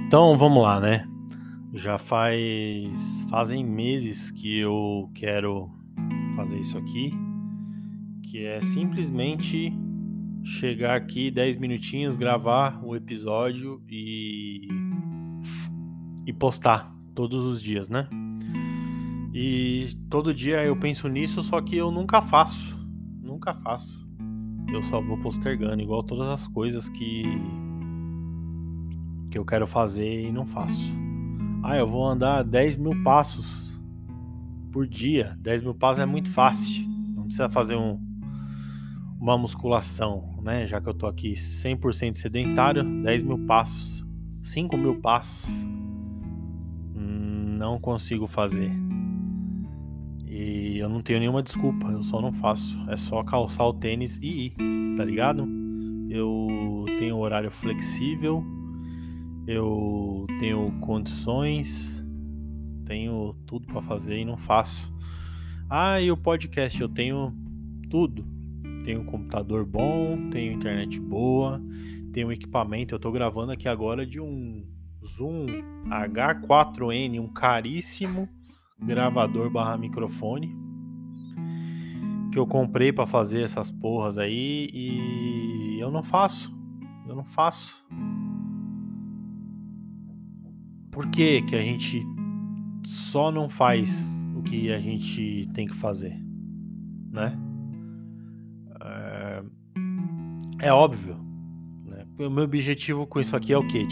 Então vamos lá, né? Fazem meses que eu quero fazer isso aqui, que é simplesmente chegar aqui 10 minutinhos, gravar o episódio e postar todos os dias, né? E todo dia eu penso nisso, só que eu nunca faço. Eu só vou postergando, igual todas as coisas que eu quero fazer e não faço. Eu vou andar 10 mil passos por dia. 10 mil passos é muito fácil. Não precisa fazer uma musculação, né? Já que eu tô aqui 100% sedentário, 10 mil passos, 5 mil passos, não consigo fazer. E eu não tenho nenhuma desculpa, eu só não faço. É só calçar o tênis e ir, tá ligado? Eu tenho horário flexível, eu tenho condições, tenho tudo pra fazer e não faço. E o podcast, eu tenho tudo. Tenho um computador bom, tenho internet boa, tenho equipamento. Eu tô gravando aqui agora de um Zoom H4n, um caríssimo gravador / microfone que eu comprei pra fazer essas porras aí e eu não faço. Por que a gente só não faz o que a gente tem que fazer, né? É óbvio, né? O meu objetivo com isso aqui é o quê?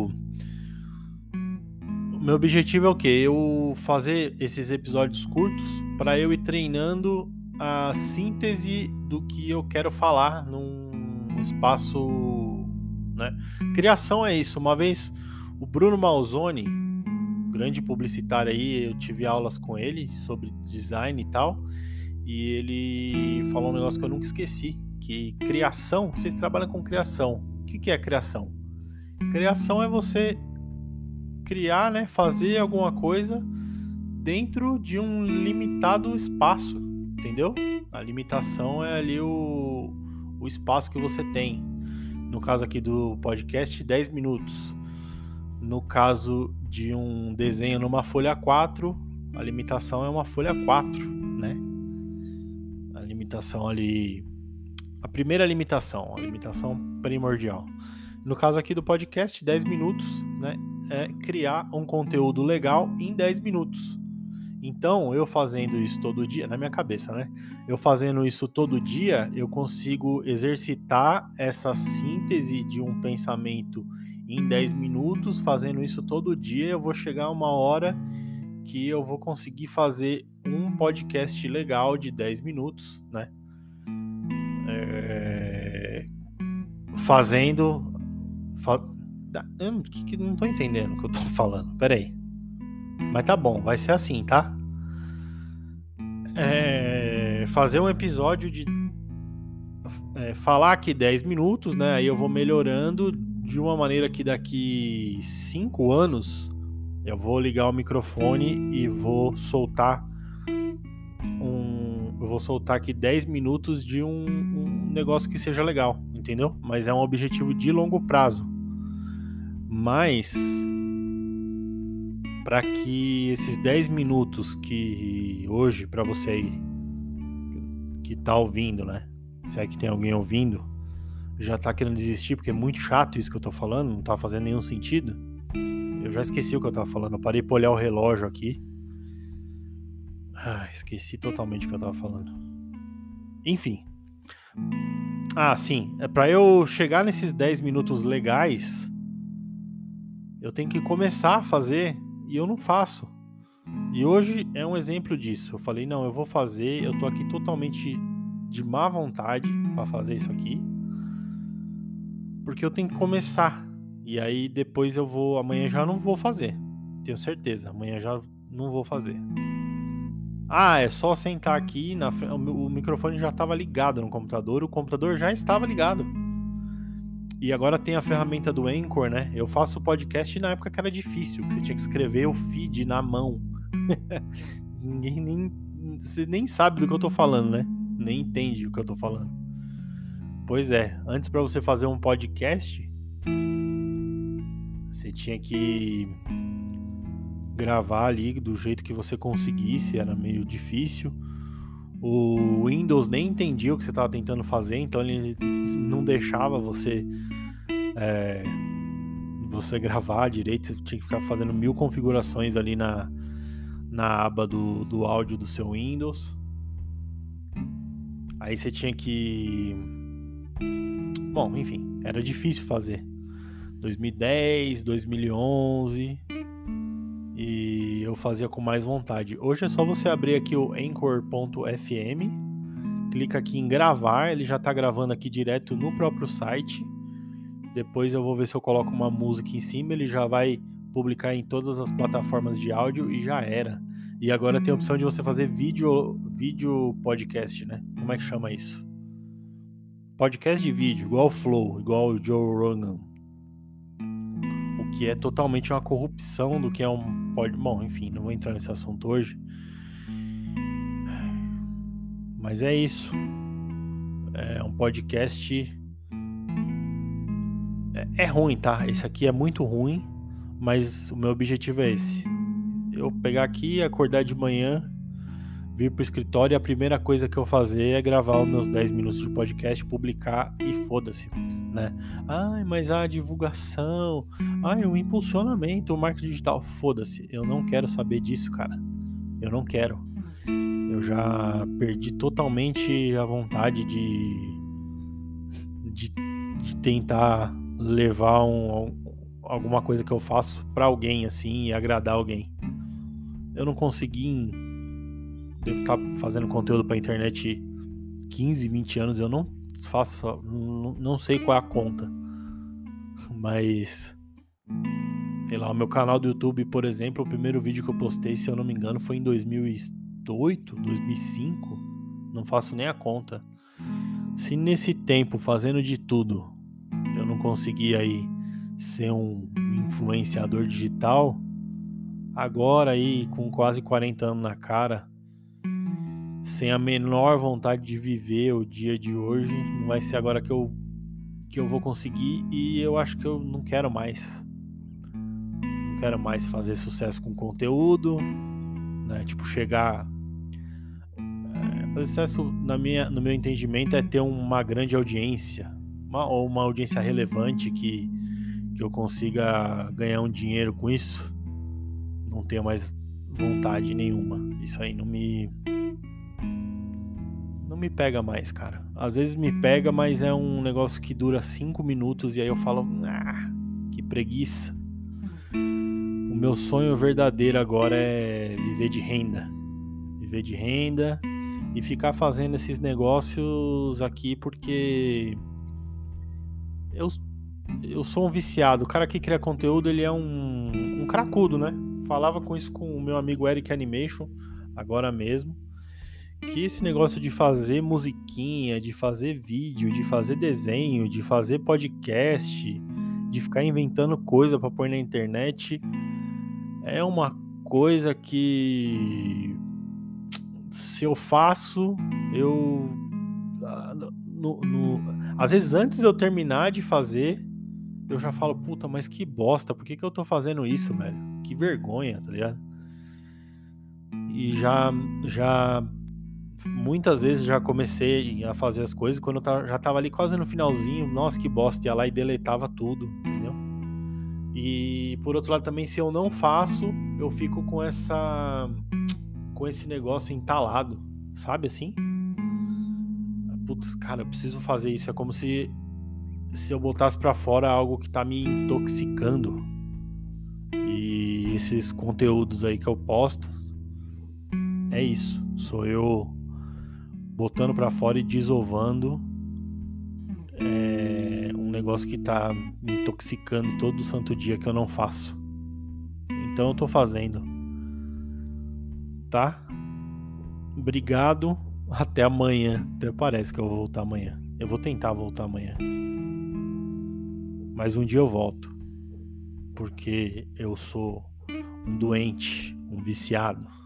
O meu objetivo é o quê? Eu fazer esses episódios curtos para eu ir treinando a síntese do que eu quero falar num espaço, né? Criação é isso. Uma vez o Bruno Malzoni, grande publicitário aí, eu tive aulas com ele sobre design e tal, e ele falou um negócio que eu nunca esqueci, que criação, vocês trabalham com criação. O que é criação? Criação é você criar, né, fazer alguma coisa dentro de um limitado espaço, entendeu? A limitação é ali o espaço que você tem. No caso aqui do podcast, 10 minutos. No caso de um desenho numa folha 4, a limitação é uma folha 4, né? A limitação ali... A primeira limitação, a limitação primordial. No caso aqui do podcast, 10 minutos, né? É criar um conteúdo legal em 10 minutos. Então, eu fazendo isso todo dia, na minha cabeça, né? Eu fazendo isso todo dia, eu consigo exercitar essa síntese de um pensamento em 10 minutos. Fazendo isso todo dia, eu vou chegar a uma hora que eu vou conseguir fazer um podcast legal de 10 minutos, né? Eu não tô entendendo o que eu tô falando. Pera aí. Mas tá bom, vai ser assim, tá? Fazer um episódio de... falar aqui 10 minutos, né? Aí eu vou melhorando de uma maneira que daqui 5 anos eu vou ligar o microfone e vou soltar aqui 10 minutos de um negócio que seja legal, entendeu? Mas é um objetivo de longo prazo. Mas para que esses 10 minutos que hoje, para você aí que tá ouvindo, né? Se é que tem alguém ouvindo, já tá querendo desistir porque é muito chato isso que eu tô falando, não tá fazendo nenhum sentido. Eu já esqueci o que eu tava falando, eu parei pra olhar o relógio aqui. Esqueci totalmente o que eu tava falando. Enfim. Sim, pra eu chegar nesses 10 minutos legais, eu tenho que começar a fazer e eu não faço. E hoje é um exemplo disso. Eu falei, não, eu vou fazer, eu tô aqui totalmente de má vontade pra fazer isso aqui, porque eu tenho que começar. E aí depois amanhã já não vou fazer. Tenho certeza, amanhã já não vou fazer. É só sentar aqui, o microfone já estava ligado no computador, o computador já estava ligado. E agora tem a ferramenta do Anchor, né? Eu faço podcast na época que era difícil, que você tinha que escrever o feed na mão. Você nem sabe do que eu tô falando, né? Nem entende o que eu tô falando. Pois é, antes para você fazer um podcast, Você tinha que gravar ali do jeito que você conseguisse, era meio difícil. O Windows nem entendia o que você estava tentando fazer, então ele não deixava você gravar direito. Você tinha que ficar fazendo 1000 configurações ali na aba do áudio do seu Windows. Aí você tinha que... Bom, enfim, era difícil fazer. 2010, 2011... E eu fazia com mais vontade. Hoje é só você abrir aqui o Anchor.fm, clica aqui em gravar, ele já está gravando aqui direto no próprio site. Depois eu vou ver se eu coloco uma música em cima, ele já vai publicar em todas as plataformas de áudio e já era. E agora tem a opção de você fazer vídeo podcast, né? Como é que chama isso? Podcast de vídeo, igual o Flow, igual o Joe Rogan. O que é totalmente uma corrupção do que é um... Bom, enfim, não vou entrar nesse assunto hoje. Mas é isso. É um podcast... É ruim, tá? Esse aqui é muito ruim, mas o meu objetivo é esse. Eu pegar aqui, acordar de manhã, vir pro escritório e a primeira coisa que eu fazer é gravar os meus 10 minutos de podcast, publicar e foda-se, né? Ai, mas a divulgação, o impulsionamento, o marketing digital, foda-se. Eu não quero saber disso, cara. Eu não quero. Eu já perdi totalmente a vontade de tentar levar alguma coisa que eu faço pra alguém, assim, e agradar alguém. Eu não consegui... Devo estar fazendo conteúdo pra internet 15, 20 anos, eu não faço, não sei qual é a conta, mas sei lá, o meu canal do YouTube, por exemplo, o primeiro vídeo que eu postei, se eu não me engano, foi em 2008, 2005, não faço nem a conta. Se nesse tempo, fazendo de tudo, eu não consegui aí ser um influenciador digital, agora aí, com quase 40 anos na cara, sem a menor vontade de viver o dia de hoje, não vai ser agora que eu vou conseguir, e eu acho que eu não quero mais. Não quero mais fazer sucesso com conteúdo, né? Tipo, chegar... fazer sucesso, no meu entendimento, é ter uma grande audiência, ou uma audiência relevante que eu consiga ganhar um dinheiro com isso. Não tenho mais vontade nenhuma. Isso aí não me pega mais, cara. Às vezes me pega, mas é um negócio que dura 5 minutos e aí eu falo, que preguiça. O meu sonho verdadeiro agora é viver de renda. Viver de renda e ficar fazendo esses negócios aqui porque eu sou um viciado. O cara que cria conteúdo, ele é um cracudo, né? Falava com isso com o meu amigo Eric Animation, agora mesmo. Que esse negócio de fazer musiquinha, de fazer vídeo, de fazer desenho, de fazer podcast, de ficar inventando coisa pra pôr na internet, é uma coisa que se eu faço, eu... às vezes antes de eu terminar de fazer, eu já falo, puta, mas que bosta, por que eu tô fazendo isso, velho? Que vergonha, tá ligado? E já muitas vezes já comecei a fazer as coisas quando eu já tava ali quase no finalzinho, nossa, que bosta, ia lá e deletava tudo, entendeu? E por outro lado também, se eu não faço, eu fico com esse negócio entalado, sabe assim? Putz, cara, eu preciso fazer isso, é como se eu botasse pra fora algo que tá me intoxicando. E esses conteúdos aí que eu posto, é isso, sou eu botando pra fora e desovando um negócio que tá me intoxicando todo santo dia que eu não faço. Então eu tô fazendo, tá? Obrigado, até amanhã. Até parece que eu vou voltar amanhã. Eu vou tentar voltar amanhã, mas um dia eu volto, porque eu sou um doente, um viciado.